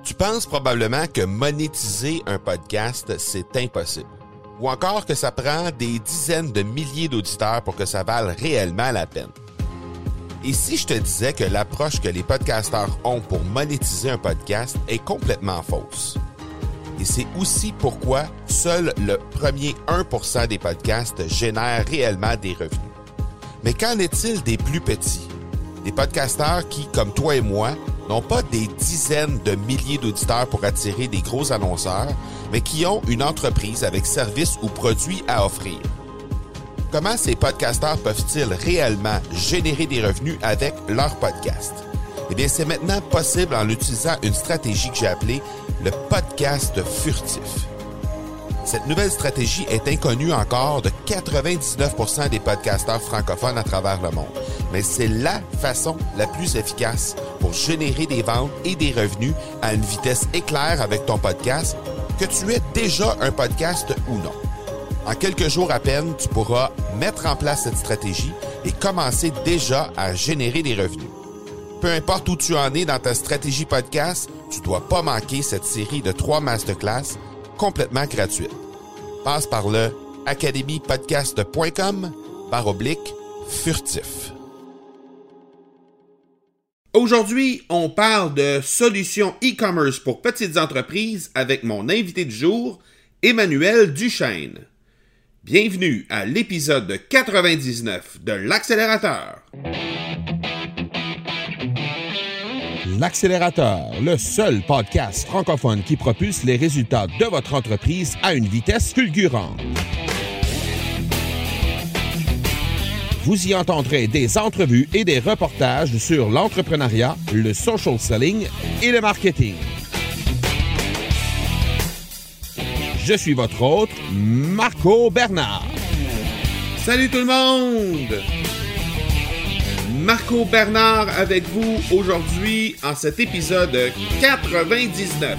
Tu penses probablement que monétiser un podcast, c'est impossible. Ou encore que ça prend des dizaines de milliers d'auditeurs pour que ça vale réellement la peine. Et si je te disais que l'approche que les podcasteurs ont pour monétiser un podcast est complètement fausse? Et c'est aussi pourquoi seul le premier 1% des podcasts génèrent réellement des revenus. Mais qu'en est-il des plus petits? Des podcasteurs qui, comme toi et moi, n'ont pas des dizaines de milliers d'auditeurs pour attirer des gros annonceurs, mais qui ont une entreprise avec services ou produits à offrir. Comment ces podcasteurs peuvent-ils réellement générer des revenus avec leur podcast? Eh bien, c'est maintenant possible en utilisant une stratégie que j'ai appelée le podcast furtif. Cette nouvelle stratégie est inconnue encore de 99% des podcasteurs francophones à travers le monde, mais c'est la façon la plus efficace pour générer des ventes et des revenus à une vitesse éclair avec ton podcast, que tu aies déjà un podcast ou non. En quelques jours à peine, tu pourras mettre en place cette stratégie et commencer déjà à générer des revenus. Peu importe où tu en es dans ta stratégie podcast, tu ne dois pas manquer cette série de 3 masterclass complètement gratuite. Passe par le academypodcast.com/furtif. Aujourd'hui, on parle de solutions e-commerce pour petites entreprises avec mon invité du jour, Emmanuel Duchesne. Bienvenue à l'épisode 99 de l'Accélérateur. L'Accélérateur, le seul podcast francophone qui propulse les résultats de votre entreprise à une vitesse fulgurante. Vous y entendrez des entrevues et des reportages sur l'entrepreneuriat, le social selling et le marketing. Je suis votre hôte, Marco Bernard. Salut tout le monde! Marco Bernard avec vous aujourd'hui en cet épisode 99.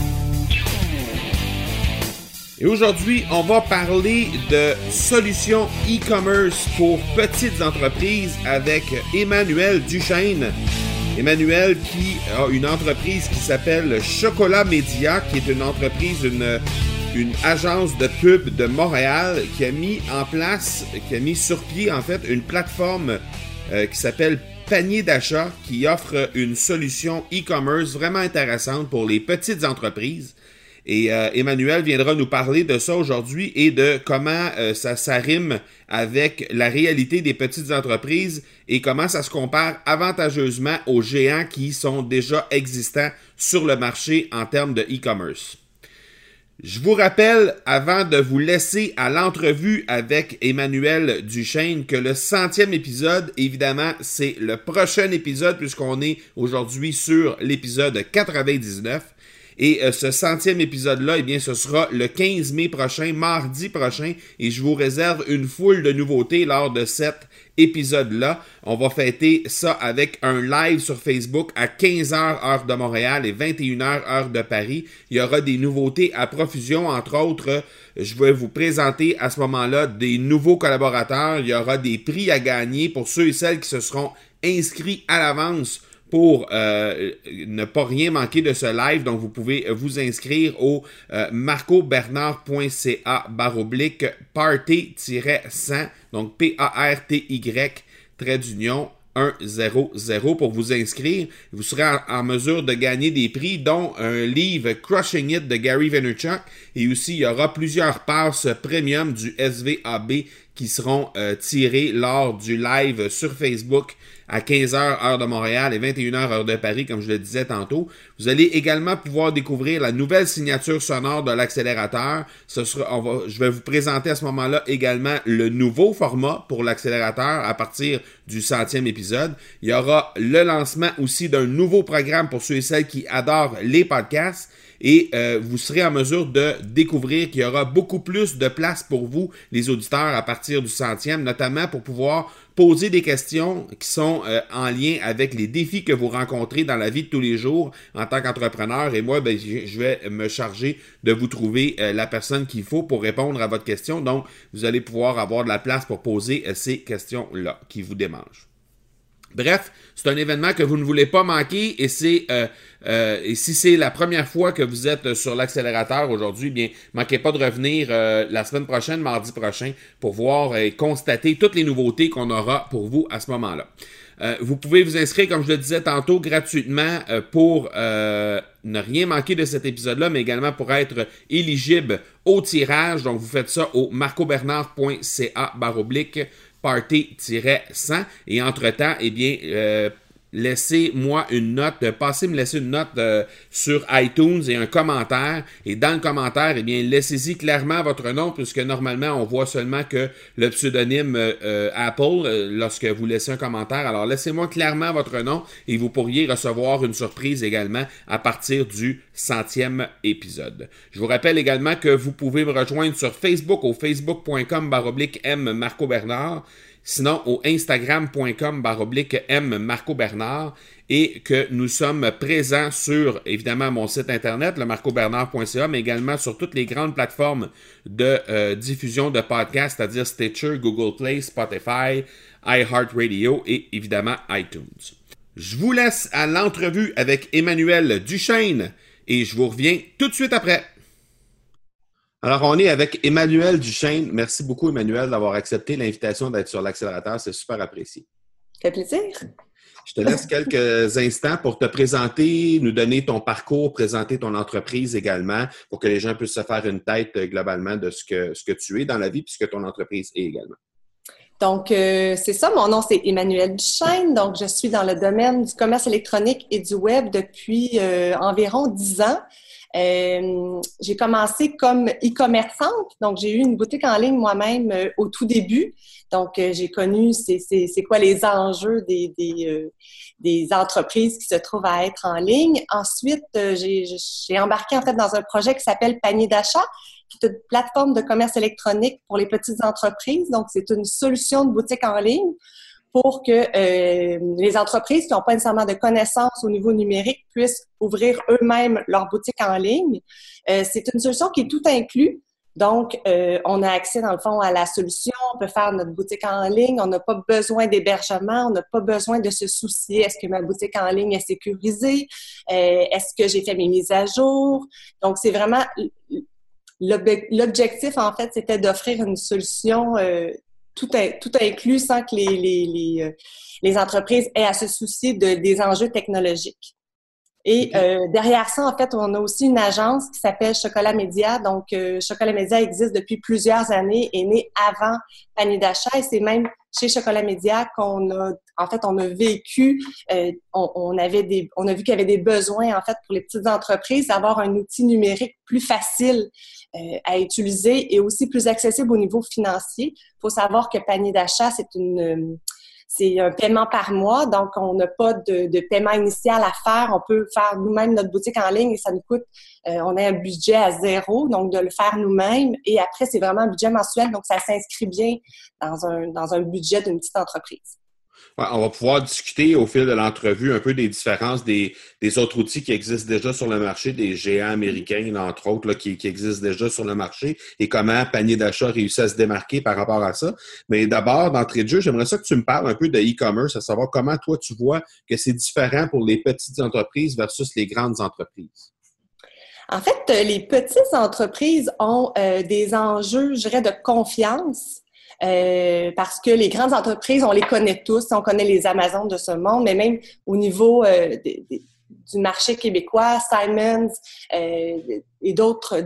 Et aujourd'hui, on va parler de solutions e-commerce pour petites entreprises avec Emmanuel Duchesne. Emmanuel qui a une entreprise qui s'appelle Chocolat Média, qui est une entreprise, une agence de pub de Montréal qui a mis sur pied en fait une plateforme qui s'appelle Panier d'achat, qui offre une solution e-commerce vraiment intéressante pour les petites entreprises. Et Emmanuel viendra nous parler de ça aujourd'hui et de comment ça rime avec la réalité des petites entreprises et comment ça se compare avantageusement aux géants qui sont déjà existants sur le marché en termes de e-commerce. Je vous rappelle, avant de vous laisser à l'entrevue avec Emmanuel Duchesne, que le 100e épisode, évidemment, c'est le prochain épisode puisqu'on est aujourd'hui sur l'épisode 99. Et ce 100e épisode-là, eh bien, ce sera le 15 mai prochain, mardi prochain, et je vous réserve une foule de nouveautés lors de cet épisode-là. On va fêter ça avec un live sur Facebook à 15h heure de Montréal et 21h heure de Paris. Il y aura des nouveautés à profusion, entre autres, je vais vous présenter à ce moment-là des nouveaux collaborateurs. Il y aura des prix à gagner pour ceux et celles qui se seront inscrits à l'avance pour ne pas rien manquer de ce live. Donc, vous pouvez vous inscrire au marcobernard.ca/party-100, donc PARTY, 100 pour vous inscrire. Vous serez en mesure de gagner des prix, dont un livre Crushing It de Gary Vaynerchuk. Et aussi, il y aura plusieurs passes premium du SVAB qui seront tirées lors du live sur Facebook à 15h heure de Montréal et 21h heure de Paris, comme je le disais tantôt. Vous allez également pouvoir découvrir la nouvelle signature sonore de l'accélérateur. Je vais vous présenter à ce moment-là également le nouveau format pour l'accélérateur à partir du 100e épisode. Il y aura le lancement aussi d'un nouveau programme pour ceux et celles qui adorent les podcasts. Et vous serez en mesure de découvrir qu'il y aura beaucoup plus de place pour vous, les auditeurs, à partir du 100e, notamment pour pouvoir poser des questions qui sont en lien avec les défis que vous rencontrez dans la vie de tous les jours en tant qu'entrepreneur. Et moi, je vais me charger de vous trouver la personne qu'il faut pour répondre à votre question. Donc, vous allez pouvoir avoir de la place pour poser ces questions-là qui vous démangent. Bref, c'est un événement que vous ne voulez pas manquer et et si c'est la première fois que vous êtes sur l'accélérateur aujourd'hui, bien, manquez pas de revenir la semaine prochaine, mardi prochain, pour voir et constater toutes les nouveautés qu'on aura pour vous à ce moment-là. Vous pouvez vous inscrire, comme je le disais tantôt, gratuitement pour ne rien manquer de cet épisode-là, mais également pour être éligible au tirage. Donc, vous faites ça au marcobernard.ca/party-100 et entre-temps, eh bien, laissez-moi une note, passez me laisser une note sur iTunes et un commentaire. Et dans le commentaire, eh bien, laissez-y clairement votre nom, puisque normalement, on voit seulement que le pseudonyme Apple lorsque vous laissez un commentaire. Alors, laissez-moi clairement votre nom et vous pourriez recevoir une surprise également à partir du 100e épisode. Je vous rappelle également que vous pouvez me rejoindre sur Facebook au facebook.com/M Marco Bernard. Sinon, au instagram.com/M Marco Bernard et que nous sommes présents sur, évidemment, mon site internet, le marcobernard.ca, mais également sur toutes les grandes plateformes de diffusion de podcasts, c'est-à-dire Stitcher, Google Play, Spotify, iHeartRadio et évidemment iTunes. Je vous laisse à l'entrevue avec Emmanuel Duchesne et je vous reviens tout de suite après. Alors, on est avec Emmanuel Duchesne. Merci beaucoup, Emmanuel, d'avoir accepté l'invitation d'être sur l'accélérateur. C'est super apprécié. Ça fait plaisir. Je te laisse quelques instants pour te présenter, nous donner ton parcours, présenter ton entreprise également, pour que les gens puissent se faire une tête globalement de ce que tu es dans la vie, puisque ton entreprise est également. Donc, c'est ça. Mon nom, c'est Emmanuel Duchesne. Donc, je suis dans le domaine du commerce électronique et du web depuis environ 10 ans. J'ai commencé comme e-commerçante, donc j'ai eu une boutique en ligne moi-même au tout début. Donc, j'ai connu c'est quoi les enjeux des entreprises qui se trouvent à être en ligne. Ensuite, j'ai embarqué en fait dans un projet qui s'appelle Panier d'achat, qui est une plateforme de commerce électronique pour les petites entreprises. Donc, c'est une solution de boutique en ligne pour que les entreprises qui n'ont pas nécessairement de connaissances au niveau numérique puissent ouvrir eux-mêmes leur boutique en ligne. C'est une solution qui est tout inclus. Donc, on a accès, dans le fond, à la solution. On peut faire notre boutique en ligne. On n'a pas besoin d'hébergement. On n'a pas besoin de se soucier. Est-ce que ma boutique en ligne est sécurisée? Est-ce que j'ai fait mes mises à jour? Donc, c'est vraiment... L'objectif, en fait, c'était d'offrir une solution tout inclus sans que les entreprises aient à se soucier des enjeux technologiques. Et derrière ça, en fait, on a aussi une agence qui s'appelle Chocolat Média. Donc, Chocolat Média existe depuis plusieurs années, est né avant Panier d'achat et c'est même chez Chocolat Média qu'on a, en fait, on a vécu, on a vu qu'il y avait des besoins, en fait, pour les petites entreprises d'avoir un outil numérique plus facile à utiliser et aussi plus accessible au niveau financier. Il faut savoir que Panier d'achat, c'est un paiement par mois, donc on n'a pas de paiement initial à faire. On peut faire nous-mêmes notre boutique en ligne et ça nous coûte, on a un budget à 0, donc de le faire nous-mêmes. Et après, c'est vraiment un budget mensuel, donc ça s'inscrit bien dans un budget d'une petite entreprise. Ouais, on va pouvoir discuter au fil de l'entrevue un peu des différences des autres outils qui existent déjà sur le marché, des géants américains, entre autres, là, qui existent déjà sur le marché et comment Panier d'achat réussit à se démarquer par rapport à ça. Mais d'abord, d'entrée de jeu, j'aimerais ça que tu me parles un peu de e-commerce, à savoir comment toi tu vois que c'est différent pour les petites entreprises versus les grandes entreprises. En fait, les petites entreprises ont des enjeux, je dirais, de confiance. Parce que les grandes entreprises, on les connaît tous, on connaît les Amazon de ce monde, mais même au niveau du marché québécois, Simons et d'autres,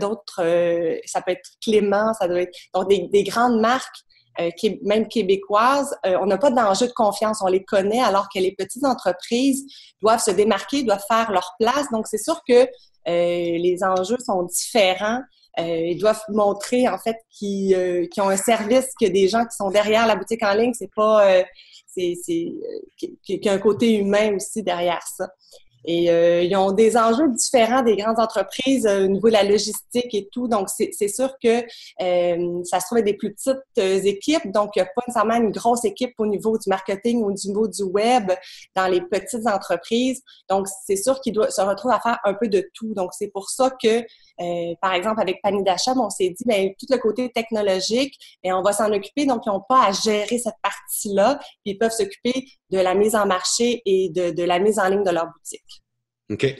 ça peut être Clément, ça doit être donc des grandes marques, même québécoises. On n'a pas d'enjeu de confiance, on les connaît, alors que les petites entreprises doivent se démarquer, doivent faire leur place. Donc, c'est sûr que les enjeux sont différents. Ils doivent montrer en fait qu'ils ont un service, que des gens qui sont derrière la boutique en ligne, c'est pas qu'il y a un côté humain aussi derrière ça. Et ils ont des enjeux différents des grandes entreprises au niveau de la logistique et tout. Donc, c'est sûr que ça se trouve être des plus petites équipes. Donc, il n'y a pas nécessairement une grosse équipe au niveau du marketing, au niveau du web dans les petites entreprises. Donc, c'est sûr qu'ils se retrouvent à faire un peu de tout. Donc, c'est pour ça que, par exemple, avec Panier d'achat, on s'est dit, bien, tout le côté technologique, et on va s'en occuper. Donc, ils n'ont pas à gérer cette partie-là. Puis, ils peuvent s'occuper la mise en marché et de la mise en ligne de leur boutique. OK.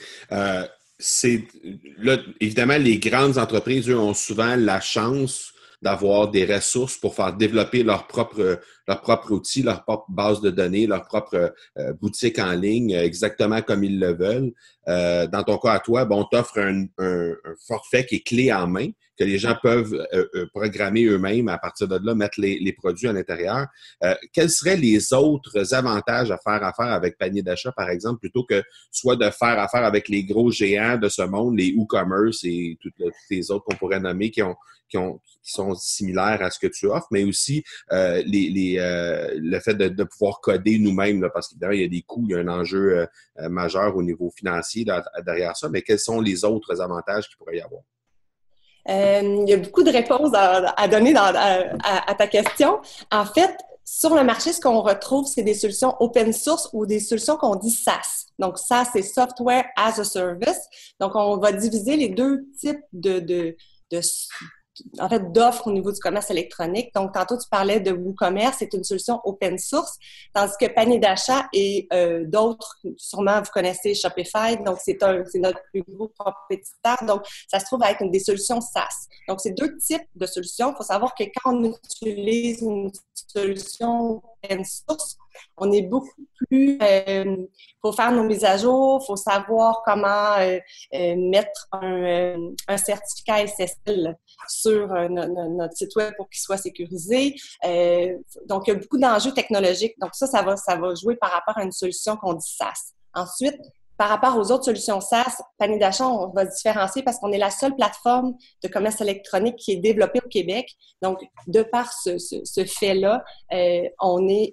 Là, évidemment, les grandes entreprises, eux, ont souvent la chance d'avoir des ressources pour faire développer leur propre outil, leur propre base de données, leur propre boutique en ligne, exactement comme ils le veulent. Dans ton cas à toi, on t'offre un forfait qui est clé en main, que les gens peuvent programmer eux-mêmes à partir de là, mettre les produits à l'intérieur. Quels seraient les autres avantages à faire affaire avec panier d'achat, par exemple, plutôt que soit de faire affaire avec les gros géants de ce monde, les WooCommerce et toutes les autres qu'on pourrait nommer qui sont similaires à ce que tu offres, mais aussi le fait de pouvoir coder nous-mêmes, là, parce qu'évidemment, il y a des coûts, il y a un enjeu majeur au niveau financier derrière ça, mais quels sont les autres avantages qu'il pourrait y avoir? Il y a beaucoup de réponses à donner à ta question. En fait, sur le marché, ce qu'on retrouve, c'est des solutions open source ou des solutions qu'on dit SaaS. Donc, SaaS, c'est Software as a Service. Donc, on va diviser les deux types d'offres au niveau du commerce électronique. Donc, tantôt, tu parlais de WooCommerce, c'est une solution open source, tandis que Panier d'achat et d'autres, sûrement, vous connaissez Shopify, donc c'est notre plus gros compétiteur. Donc, ça se trouve à être des solutions SaaS. Donc, c'est deux types de solutions. Il faut savoir que quand on utilise une solution open source, on est beaucoup plus... faut faire nos mises à jour, faut savoir comment mettre un certificat SSL sur notre site web pour qu'il soit sécurisé. Donc, il y a beaucoup d'enjeux technologiques. Donc, ça va jouer par rapport à une solution qu'on dit SaaS. Ensuite, par rapport aux autres solutions SaaS, Panier d'achat, on va se différencier parce qu'on est la seule plateforme de commerce électronique qui est développée au Québec. Donc, de par ce fait-là, on est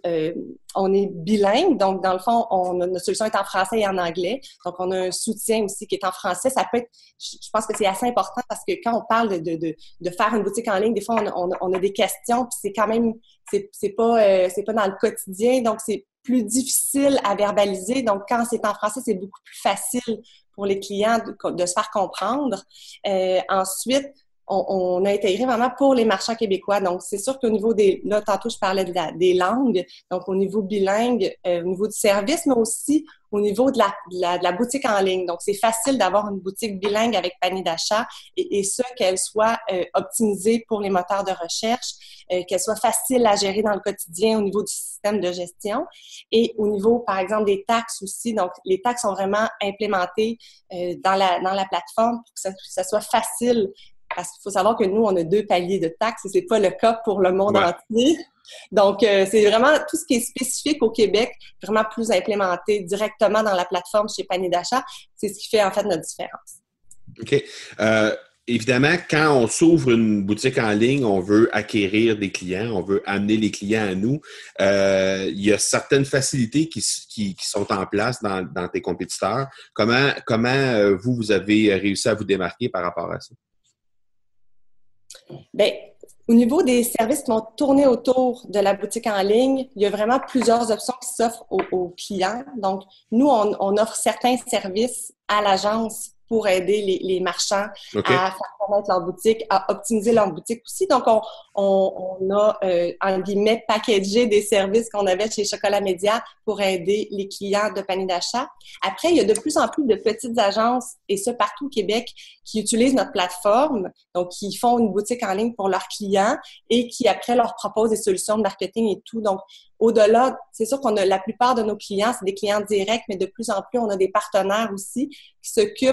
bilingue. Donc, dans le fond, notre solution est en français et en anglais. Donc, on a un soutien aussi qui est en français. Ça peut être, je pense que c'est assez important parce que quand on parle de faire une boutique en ligne, des fois, on a des questions, puis c'est quand même, c'est pas dans le quotidien. Donc, c'est plus difficile à verbaliser. Donc, quand c'est en français, c'est beaucoup plus facile pour les clients de se faire comprendre. Ensuite, on a intégré vraiment pour les marchands québécois. Donc, c'est sûr qu'au niveau là, tantôt, je parlais des langues. Donc, au niveau bilingue, au niveau du service, mais aussi au niveau de la boutique en ligne. Donc, c'est facile d'avoir une boutique bilingue avec panier d'achat et ça, qu'elle soit optimisée pour les moteurs de recherche, qu'elle soit facile à gérer dans le quotidien au niveau du système de gestion et au niveau, par exemple, des taxes aussi. Donc, les taxes sont vraiment implémentées dans la plateforme pour que ça soit facile. Parce qu'il faut savoir que nous, on a 2 paliers de taxes et c'est pas le cas pour le monde entier. Donc, c'est vraiment tout ce qui est spécifique au Québec, vraiment plus implémenté directement dans la plateforme chez Panier d'achat. C'est ce qui fait en fait notre différence. OK. Évidemment, quand on s'ouvre une boutique en ligne, on veut acquérir des clients, on veut amener les clients à nous. Il y a certaines facilités qui sont en place dans tes compétiteurs. Comment vous avez réussi à vous démarquer par rapport à ça? Bien, au niveau des services qui vont tourner autour de la boutique en ligne, il y a vraiment plusieurs options qui s'offrent aux clients. Donc, nous, on offre certains services à l'agence pour aider les marchands à faire connaître leur boutique, à optimiser leur boutique aussi. Donc, on a, en guillemets, packagé des services qu'on avait chez Chocolat Média pour aider les clients de panier d'achat. Après, il y a de plus en plus de petites agences, et ça partout au Québec, qui utilisent notre plateforme, donc qui font une boutique en ligne pour leurs clients et qui, après, leur proposent des solutions de marketing et tout. Donc, au-delà, c'est sûr qu'on a la plupart de nos clients, c'est des clients directs, mais de plus en plus, on a des partenaires aussi qui s'occupent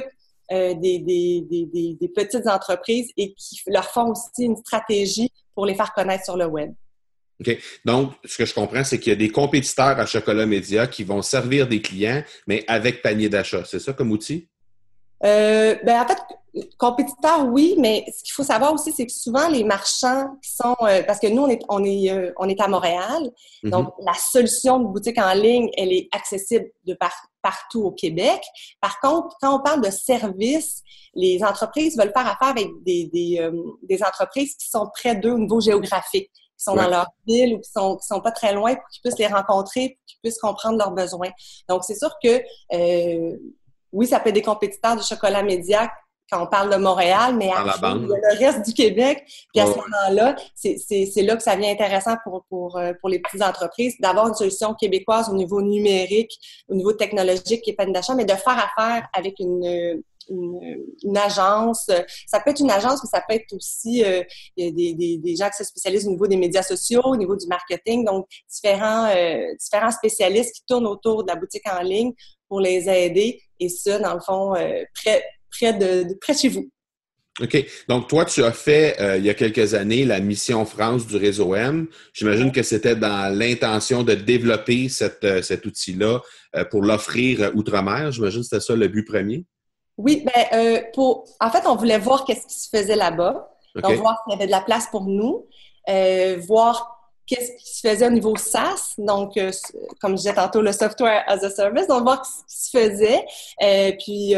des petites entreprises et qui leur font aussi une stratégie pour les faire connaître sur le web. OK. Donc, ce que je comprends, c'est qu'il y a des compétiteurs à Chocolat Média qui vont servir des clients, mais avec panier d'achat. C'est ça comme outil? En fait, compétiteurs, oui, mais ce qu'il faut savoir aussi, c'est que souvent les marchands qui sont, parce que nous, on est à Montréal, donc la solution de boutique en ligne, elle est accessible partout au Québec. Par contre, quand on parle de services, les entreprises veulent faire affaire avec des entreprises qui sont près d'eux au niveau géographique, qui sont dans leur ville ou qui sont pas très loin pour qu'ils puissent les rencontrer, pour qu'ils puissent comprendre leurs besoins. Donc, c'est sûr que oui, ça peut être des compétiteurs de Chocolat Média quand on parle de Montréal, mais Dans la après, il y bande. a le reste du Québec. Puis à ce Ouais. moment-là, c'est là que ça devient intéressant pour les petites entreprises d'avoir une solution québécoise au niveau numérique, au niveau technologique qui est peine d'achat, mais de faire affaire avec une agence. Ça peut être une agence, mais ça peut être aussi des gens qui se spécialisent au niveau des médias sociaux, au niveau du marketing, donc différents spécialistes qui tournent autour de la boutique en ligne pour les aider, et ça, dans le fond, près de chez vous. OK. Donc, toi, tu as fait, il y a quelques années, la mission France du réseau M. J'imagine que c'était dans l'intention de développer cet outil-là pour l'offrir outre-mer. J'imagine que c'était ça le but premier. Oui, en fait, on voulait voir qu'est-ce qui se faisait là-bas. OK. Donc, voir s'il y avait de la place pour nous, voir qu'est-ce qui se faisait au niveau SaaS, donc, comme je disais tantôt, le Software as a Service, donc voir ce qui se faisait, puis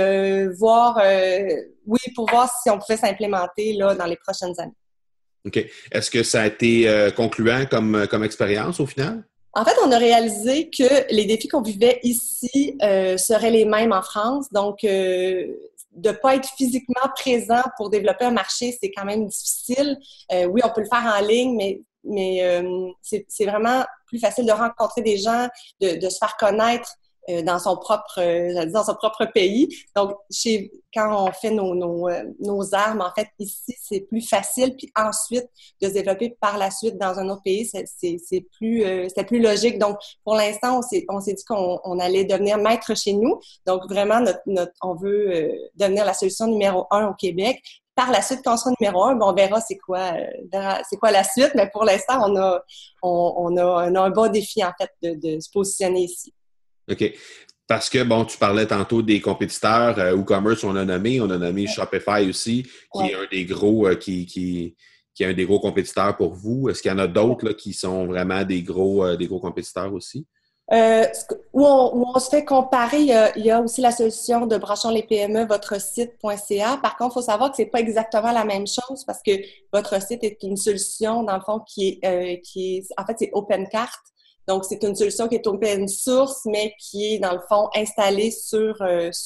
pour voir si on pouvait s'implémenter là dans les prochaines années. OK. Est-ce que ça a été concluant comme expérience au final? En fait, on a réalisé que les défis qu'on vivait ici seraient les mêmes en France. Donc, de ne pas être physiquement présent pour développer un marché, c'est quand même difficile. Oui, on peut le faire en ligne, mais c'est vraiment plus facile de rencontrer des gens, de se faire connaître dans son propre pays. Donc, quand on fait nos armes, en fait, ici, c'est plus facile. Puis ensuite, de se développer par la suite dans un autre pays, c'était plus logique. Donc, pour l'instant, on s'est dit qu'on allait devenir maître chez nous. Donc, vraiment, on veut devenir la solution numéro 1 au Québec. Par la suite, quand on sera numéro 1, on verra c'est quoi la suite. Mais pour l'instant, on a un bon défi, en fait, de se positionner ici. OK. Parce que, bon, tu parlais tantôt des compétiteurs, WooCommerce, on a nommé Shopify aussi, qui est un des gros, qui est un des gros compétiteurs pour vous. Est-ce qu'il y en a d'autres là, qui sont vraiment des gros compétiteurs aussi? Où on se fait comparer, il y a aussi la solution de Branchons les PME, votre site.ca. Par contre, il faut savoir que c'est pas exactement la même chose parce que votre site est une solution, dans le fond, qui est en fait, c'est OpenCart. Donc, c'est une solution qui est open source, mais qui est, dans le fond, installée sur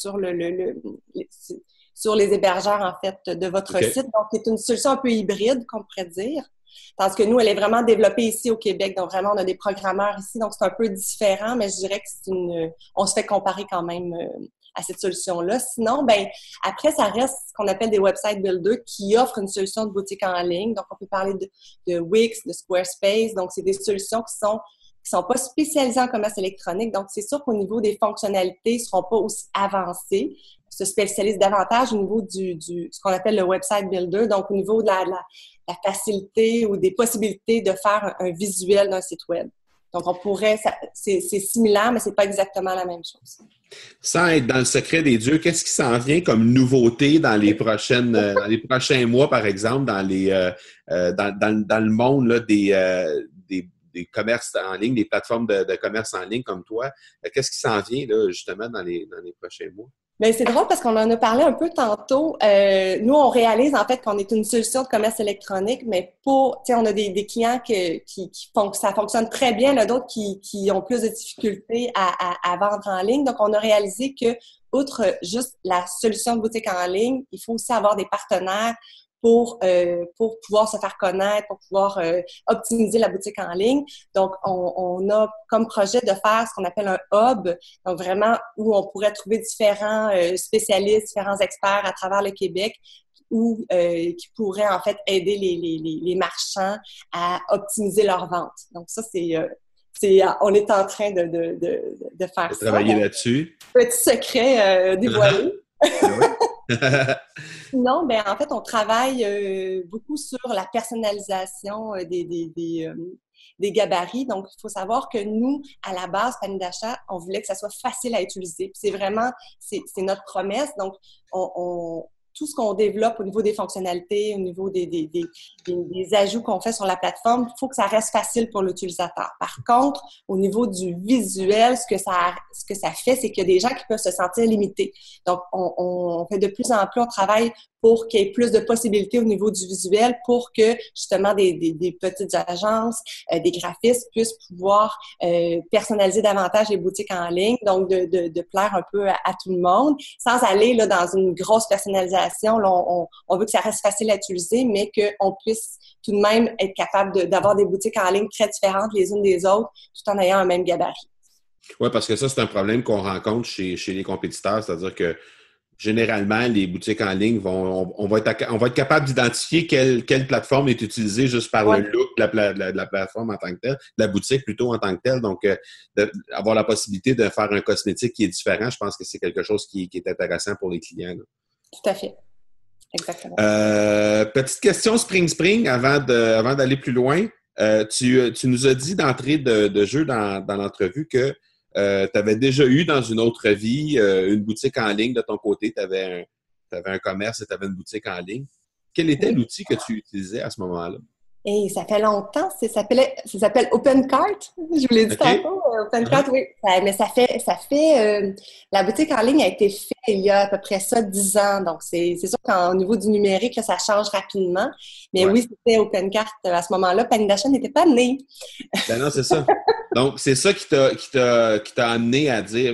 les hébergeurs, en fait, de votre site. Donc, c'est une solution un peu hybride, qu'on pourrait dire. Tandis que nous, elle est vraiment développée ici au Québec. Donc, vraiment, on a des programmeurs ici. Donc, c'est un peu différent, mais je dirais que on se fait comparer quand même à cette solution-là. Sinon, après, ça reste ce qu'on appelle des website builders qui offrent une solution de boutique en ligne. Donc, on peut parler de Wix, de Squarespace. Donc, c'est des solutions qui sont pas spécialisés en commerce électronique. Donc, c'est sûr qu'au niveau des fonctionnalités, ils seront pas aussi avancés. Ils se spécialisent davantage au niveau ce qu'on appelle le website builder. Donc, au niveau de la facilité ou des possibilités de faire un visuel d'un site web. Donc, c'est similaire, mais c'est pas exactement la même chose. Sans être dans le secret des dieux, qu'est-ce qui s'en vient comme nouveauté dans les prochains mois, par exemple, dans le monde là, des commerces en ligne, des plateformes de commerce en ligne comme toi? Qu'est-ce qui s'en vient là, justement dans les prochains mois? Bien, c'est drôle parce qu'on en a parlé un peu tantôt. Nous, on réalise en fait qu'on est une solution de commerce électronique, mais on a des clients ça fonctionne très bien, là, d'autres qui ont plus de difficultés à vendre en ligne. Donc, on a réalisé que, outre juste la solution de boutique en ligne, il faut aussi avoir des partenaires pour pouvoir se faire connaître, pour pouvoir optimiser la boutique en ligne. Donc, on a comme projet de faire ce qu'on appelle un hub, donc vraiment où on pourrait trouver différents spécialistes, différents experts à travers le Québec qui pourraient en fait aider les marchands à optimiser leurs ventes. Donc, ça, on est en train de faire ça. Travailler là-dessus. Petit secret dévoilé. Oui. Non, en fait, on travaille beaucoup sur la personnalisation des gabarits. Donc, il faut savoir que nous, à la base, Panier d'achat, on voulait que ça soit facile à utiliser. Puis c'est vraiment, c'est notre promesse. Donc, tout ce qu'on développe au niveau des fonctionnalités, au niveau des ajouts qu'on fait sur la plateforme, il faut que ça reste facile pour l'utilisateur. Par contre, au niveau du visuel, ce que ça fait, c'est qu'il y a des gens qui peuvent se sentir limités. Donc, on fait de plus en plus, on travaille pour qu'il y ait plus de possibilités au niveau du visuel pour que, justement, des petites agences, des graphistes puissent pouvoir personnaliser davantage les boutiques en ligne, donc de plaire un peu à tout le monde, sans aller là dans une grosse personnalisation présentation. Là, on veut que ça reste facile à utiliser, mais qu'on puisse tout de même être capable d'avoir des boutiques en ligne très différentes les unes des autres, tout en ayant un même gabarit. Oui, parce que ça, c'est un problème qu'on rencontre chez les compétiteurs, c'est-à-dire que généralement, les boutiques en ligne on va être capable d'identifier quelle plateforme est utilisée juste par le look de la plateforme en tant que telle, de la boutique plutôt en tant que telle. Donc, avoir la possibilité de faire un cosmétique qui est différent, je pense que c'est quelque chose qui est intéressant pour les clients, là. Tout à fait. Exactement. Petite question Spring avant d'aller plus loin. Tu nous as dit d'entrée de jeu dans l'entrevue que tu avais déjà eu dans une autre vie une boutique en ligne de ton côté. Tu avais un commerce et tu avais une boutique en ligne. Quel était l'outil que tu utilisais à ce moment-là? Et ça fait longtemps, ça s'appelle OpenCart. Je vous l'ai dit tantôt, OpenCart, oui. Mais ça fait la boutique en ligne a été faite il y a à peu près 10 ans. Donc, c'est sûr qu'au niveau du numérique, là, ça change rapidement. Mais oui, c'était OpenCart à ce moment-là. Panic d'achat n'était pas né. Ben non, c'est ça. Donc, c'est ça qui t'a amené à dire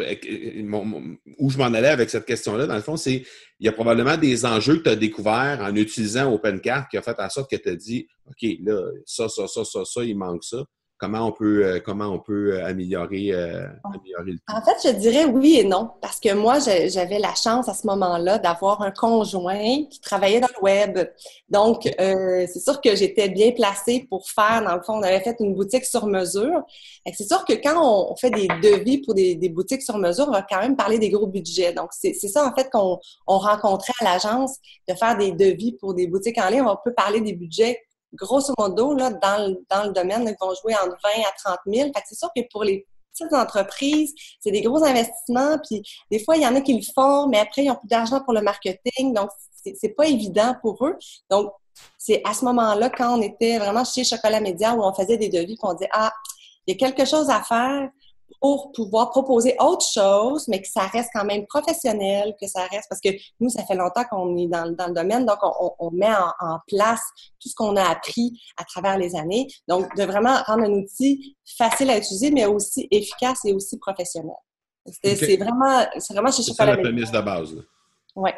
où je m'en allais avec cette question-là. Dans le fond, il y a probablement des enjeux que tu as découverts en utilisant OpenCart qui a fait en sorte que tu as dit OK, là, ça, il manque ça. Comment on peut améliorer le tout? En fait, je dirais oui et non, parce que moi, j'avais la chance à ce moment-là d'avoir un conjoint qui travaillait dans le web. Donc, c'est sûr que j'étais bien placée pour faire, dans le fond, on avait fait une boutique sur mesure. C'est sûr que quand on fait des devis pour des boutiques sur mesure, on va quand même parler des gros budgets. Donc, c'est ça, en fait, qu'on rencontrait à l'agence, de faire des devis pour des boutiques en ligne. On peut parler des budgets grosso modo, là, dans le domaine, ils vont jouer entre 20 à 30 000. Fait que c'est sûr que pour les petites entreprises, c'est des gros investissements. Puis des fois, il y en a qui le font, mais après, ils n'ont plus d'argent pour le marketing. Donc, c'est pas évident pour eux. Donc, c'est à ce moment-là, quand on était vraiment chez Chocolat Média, où on faisait des devis, qu'on disait, il y a quelque chose à faire pour pouvoir proposer autre chose, mais que ça reste quand même professionnel, que ça reste, parce que nous, ça fait longtemps qu'on est dans le domaine, donc on met en place tout ce qu'on a appris à travers les années. Donc, de vraiment rendre un outil facile à utiliser, mais aussi efficace et aussi professionnel. C'est vraiment chez Chocolat Média. C'est la prémisse de base, là. Oui.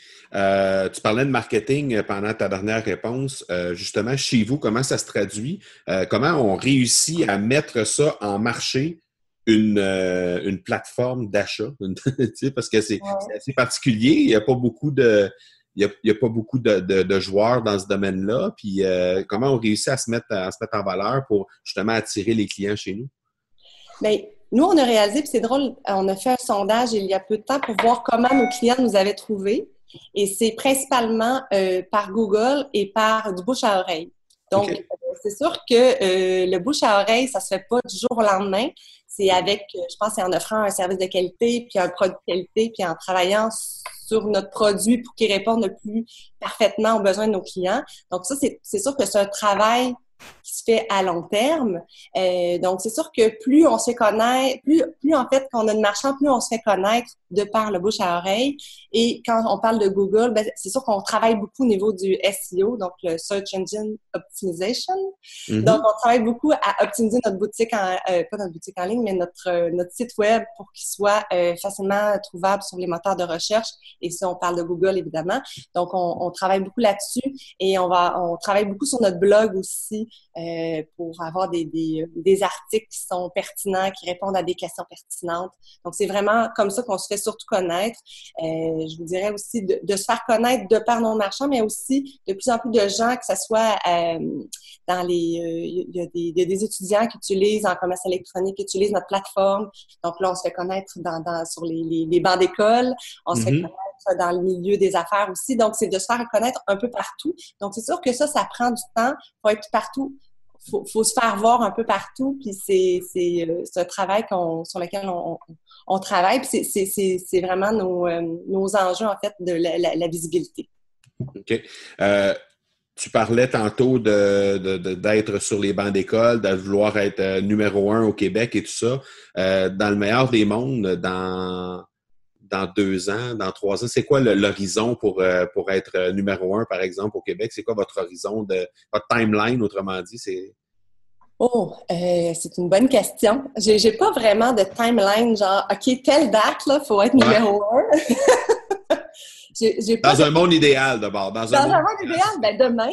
Tu parlais de marketing pendant ta dernière réponse. Justement, chez vous, comment ça se traduit? Comment on réussit à mettre ça en marché? Une plateforme d'achat, parce que c'est assez particulier. Il n'y a pas beaucoup de joueurs dans ce domaine-là. Puis comment on réussit à se mettre en valeur pour justement attirer les clients chez nous? Bien, nous, on a réalisé, puis c'est drôle, on a fait un sondage il y a peu de temps pour voir comment nos clients nous avaient trouvés. Et c'est principalement par Google et par du bouche à oreille. Donc, c'est sûr que le bouche à oreille, ça se fait pas du jour au lendemain. C'est avec, je pense, c'est en offrant un service de qualité, puis un produit de qualité, puis en travaillant sur notre produit pour qu'il réponde le plus parfaitement aux besoins de nos clients. Donc ça, c'est sûr que c'est un travail qui se fait à long terme. Donc, c'est sûr que plus on se fait connaître, plus en fait, quand on a de marchand, plus on se fait connaître de par le bouche à oreille. Et quand on parle de Google, c'est sûr qu'on travaille beaucoup au niveau du SEO, donc le Search Engine Optimization. Mm-hmm. Donc, on travaille beaucoup à optimiser notre boutique, pas notre boutique en ligne, mais notre site web pour qu'il soit facilement trouvable sur les moteurs de recherche. Et ça, on parle de Google, évidemment. Donc, on travaille beaucoup là-dessus et on travaille beaucoup sur notre blog aussi pour avoir des articles qui sont pertinents, qui répondent à des questions pertinentes. Donc, c'est vraiment comme ça qu'on se fait surtout connaître. Je vous dirais aussi de se faire connaître de par nos marchands, mais aussi de plus en plus de gens, que ce soit dans il y a des étudiants qui utilisent en commerce électronique, qui utilisent notre plateforme. Donc là, on se fait connaître sur les bancs d'école. On se fait connaître dans le milieu des affaires aussi. Donc, c'est de se faire connaître un peu partout. Donc, c'est sûr que ça prend du temps. Il faut être partout. Faut se faire voir un peu partout. Puis, c'est un travail sur lequel on travaille. Puis, c'est vraiment nos enjeux, en fait, de la visibilité. OK. Tu parlais tantôt d'être sur les bancs d'école, de vouloir être numéro 1 au Québec et tout ça. Dans le meilleur des mondes, dans 2 ans, dans 3 ans, c'est quoi l'horizon pour être numéro 1, par exemple, au Québec? C'est quoi votre horizon, votre timeline, autrement dit? C'est une bonne question. J'ai pas vraiment de timeline, genre, OK, telle date, là, faut être numéro 1. J'ai pas dans un monde idéal, d'abord. Dans un monde idéal, ben demain.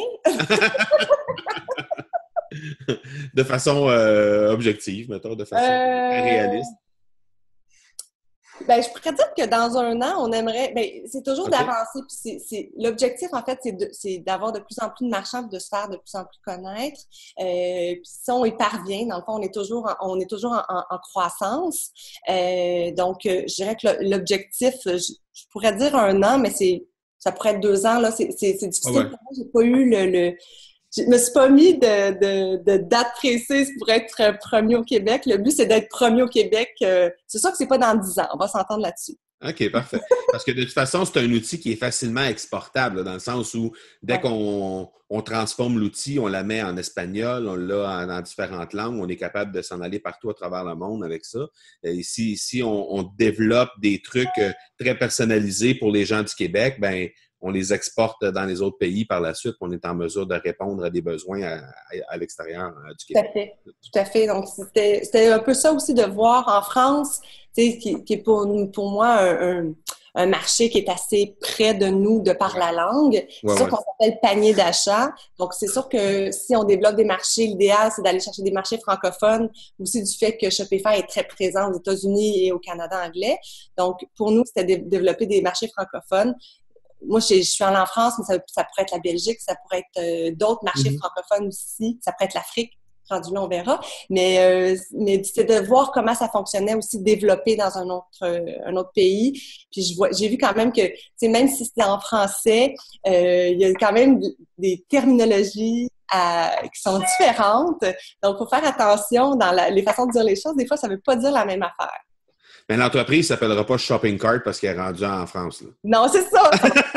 De façon objective, mettons, de façon réaliste. Ben, je pourrais dire que dans un an, on aimerait. Ben, c'est toujours d'avancer. Puis l'objectif, en fait, c'est d'avoir de plus en plus de marchands, de se faire de plus en plus connaître. Puis si on y parvient, dans le fond, on est toujours en croissance. Donc, je dirais que l'objectif, je pourrais dire un an, mais ça pourrait être 2 ans. Là, c'est difficile pour moi. J'ai pas eu je me suis pas mis de date précise pour être premier au Québec. Le but, c'est d'être premier au Québec. C'est sûr que c'est pas dans 10 ans. On va s'entendre là-dessus. OK, parfait. Parce que de toute façon, c'est un outil qui est facilement exportable, là, dans le sens où dès qu'on transforme l'outil, on la met en espagnol, on l'a dans différentes langues, on est capable de s'en aller partout à travers le monde avec ça. Et si on développe des trucs très personnalisés pour les gens du Québec, ben on les exporte dans les autres pays par la suite. On est en mesure de répondre à des besoins à l'extérieur du Québec. Tout à fait. Donc, c'était un peu ça aussi de voir en France, qui est pour moi un marché qui est assez près de nous de par la langue. C'est sûr qu'on s'appelle panier d'achat. Donc, c'est sûr que si on développe des marchés, l'idéal, c'est d'aller chercher des marchés francophones, aussi du fait que Shopify est très présent aux États-Unis et au Canada anglais. Donc, pour nous, c'était développer des marchés francophones. Moi, je suis allée en France, mais ça pourrait être la Belgique, ça pourrait être d'autres marchés francophones aussi, ça pourrait être l'Afrique, rendu là, on verra. Mais c'est de voir comment ça fonctionnait aussi, développer dans un autre pays. Puis j'ai vu quand même que, même si c'est en français, il y a quand même des terminologies qui sont différentes. Donc, il faut faire attention dans les façons de dire les choses. Des fois, ça ne veut pas dire la même affaire. Mais l'entreprise ne s'appellera pas Shopping Cart parce qu'elle est rendue en France. Là. Non, c'est ça!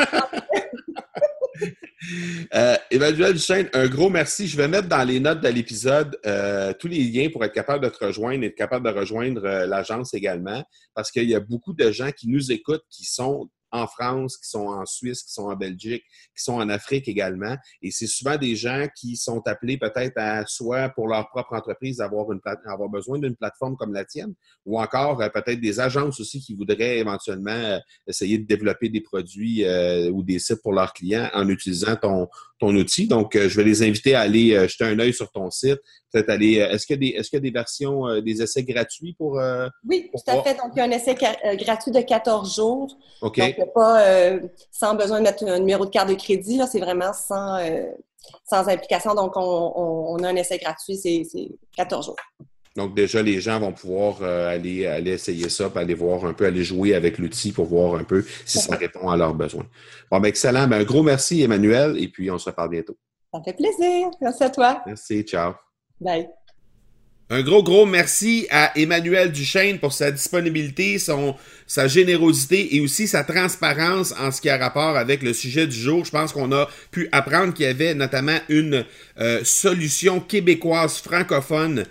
Emmanuelle Duchesne, un gros merci. Je vais mettre dans les notes de l'épisode tous les liens pour être capable de te rejoindre et être capable de rejoindre l'agence également parce qu'il y a beaucoup de gens qui nous écoutent qui sont en France, qui sont en Suisse, qui sont en Belgique, qui sont en Afrique également. Et c'est souvent des gens qui sont appelés peut-être à soit pour leur propre entreprise avoir besoin d'une plateforme comme la tienne ou encore peut-être des agences aussi qui voudraient éventuellement essayer de développer des produits ou des sites pour leurs clients en utilisant ton outil. Donc, je vais les inviter à aller jeter un œil sur ton site. Peut-être aller. Est-ce qu'il y a des versions, des essais gratuits pour. Oui, tout à fait. Donc, il y a un essai gratuit de 14 jours. OK. Donc, il n'y a pas sans besoin de mettre un numéro de carte de crédit. Là, c'est vraiment sans implication. Donc, on a un essai gratuit, c'est 14 jours. Donc, déjà, les gens vont pouvoir aller essayer ça, puis aller voir un peu, aller jouer avec l'outil pour voir un peu si ça répond à leurs besoins. Bon, ben excellent. Ben, un gros merci, Emmanuelle, et puis on se reparle bientôt. Ça fait plaisir. Merci à toi. Merci. Ciao. Bye. Un gros merci à Emmanuelle Duchesne pour sa disponibilité, sa générosité et aussi sa transparence en ce qui a rapport avec le sujet du jour. Je pense qu'on a pu apprendre qu'il y avait notamment une solution québécoise francophone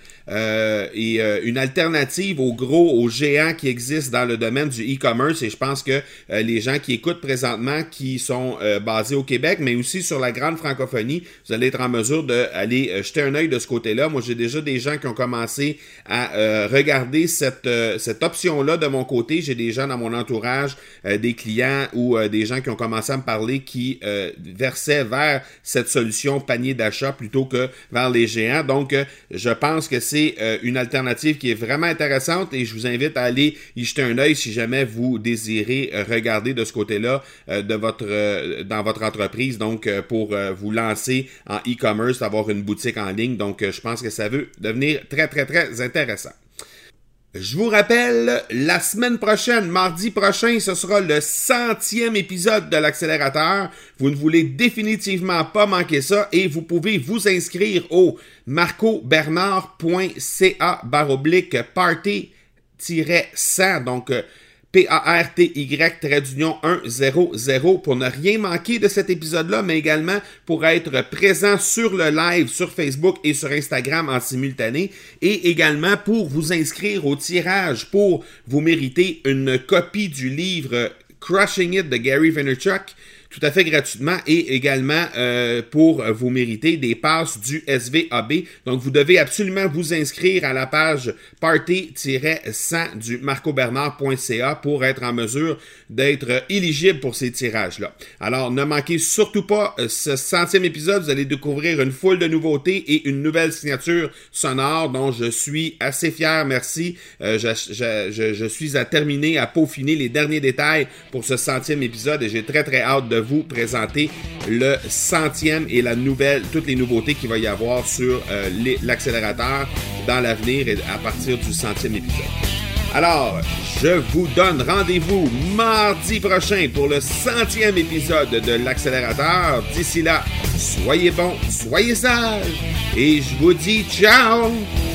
et une alternative aux géants qui existent dans le domaine du e-commerce. Et je pense que les gens qui écoutent présentement, qui sont basés au Québec, mais aussi sur la grande francophonie, vous allez être en mesure d'aller jeter un œil de ce côté-là. Moi, j'ai déjà des gens qui ont commencé à regarder cette option-là de mon côté. J'ai des gens dans mon entourage, des clients ou des gens qui ont commencé à me parler qui versaient vers cette solution panier d'achat plutôt que vers les géants. Donc, je pense que c'est une alternative qui est vraiment intéressante et je vous invite à aller y jeter un œil si jamais vous désirez regarder de ce côté-là dans votre entreprise. Donc, pour vous lancer en e-commerce, avoir une boutique en ligne. Donc, je pense que ça veut devenir très, très, très intéressant. Je vous rappelle, la semaine prochaine, mardi prochain, ce sera le 100e épisode de l'accélérateur. Vous ne voulez définitivement pas manquer ça et vous pouvez vous inscrire au marcobernard.ca/party-100, donc PARTY-100 pour ne rien manquer de cet épisode-là, mais également pour être présent sur le live sur Facebook et sur Instagram en simultané et également pour vous inscrire au tirage pour vous mériter une copie du livre Crushing It de Gary Vaynerchuk tout à fait gratuitement et également pour vous mériter des passes du SVAB. Donc, vous devez absolument vous inscrire à la page party-100 du marcobernard.ca pour être en mesure d'être éligible pour ces tirages-là. Alors, ne manquez surtout pas ce 100e épisode. Vous allez découvrir une foule de nouveautés et une nouvelle signature sonore dont je suis assez fier. Merci. Je suis à terminer, à peaufiner les derniers détails pour ce 100e épisode et j'ai très très hâte de vous présenter le 100e et toutes les nouveautés qu'il va y avoir sur l'accélérateur dans l'avenir et à partir du 100e épisode. Alors, je vous donne rendez-vous mardi prochain pour le 100e épisode de l'accélérateur. D'ici là, soyez bons, soyez sages et je vous dis ciao!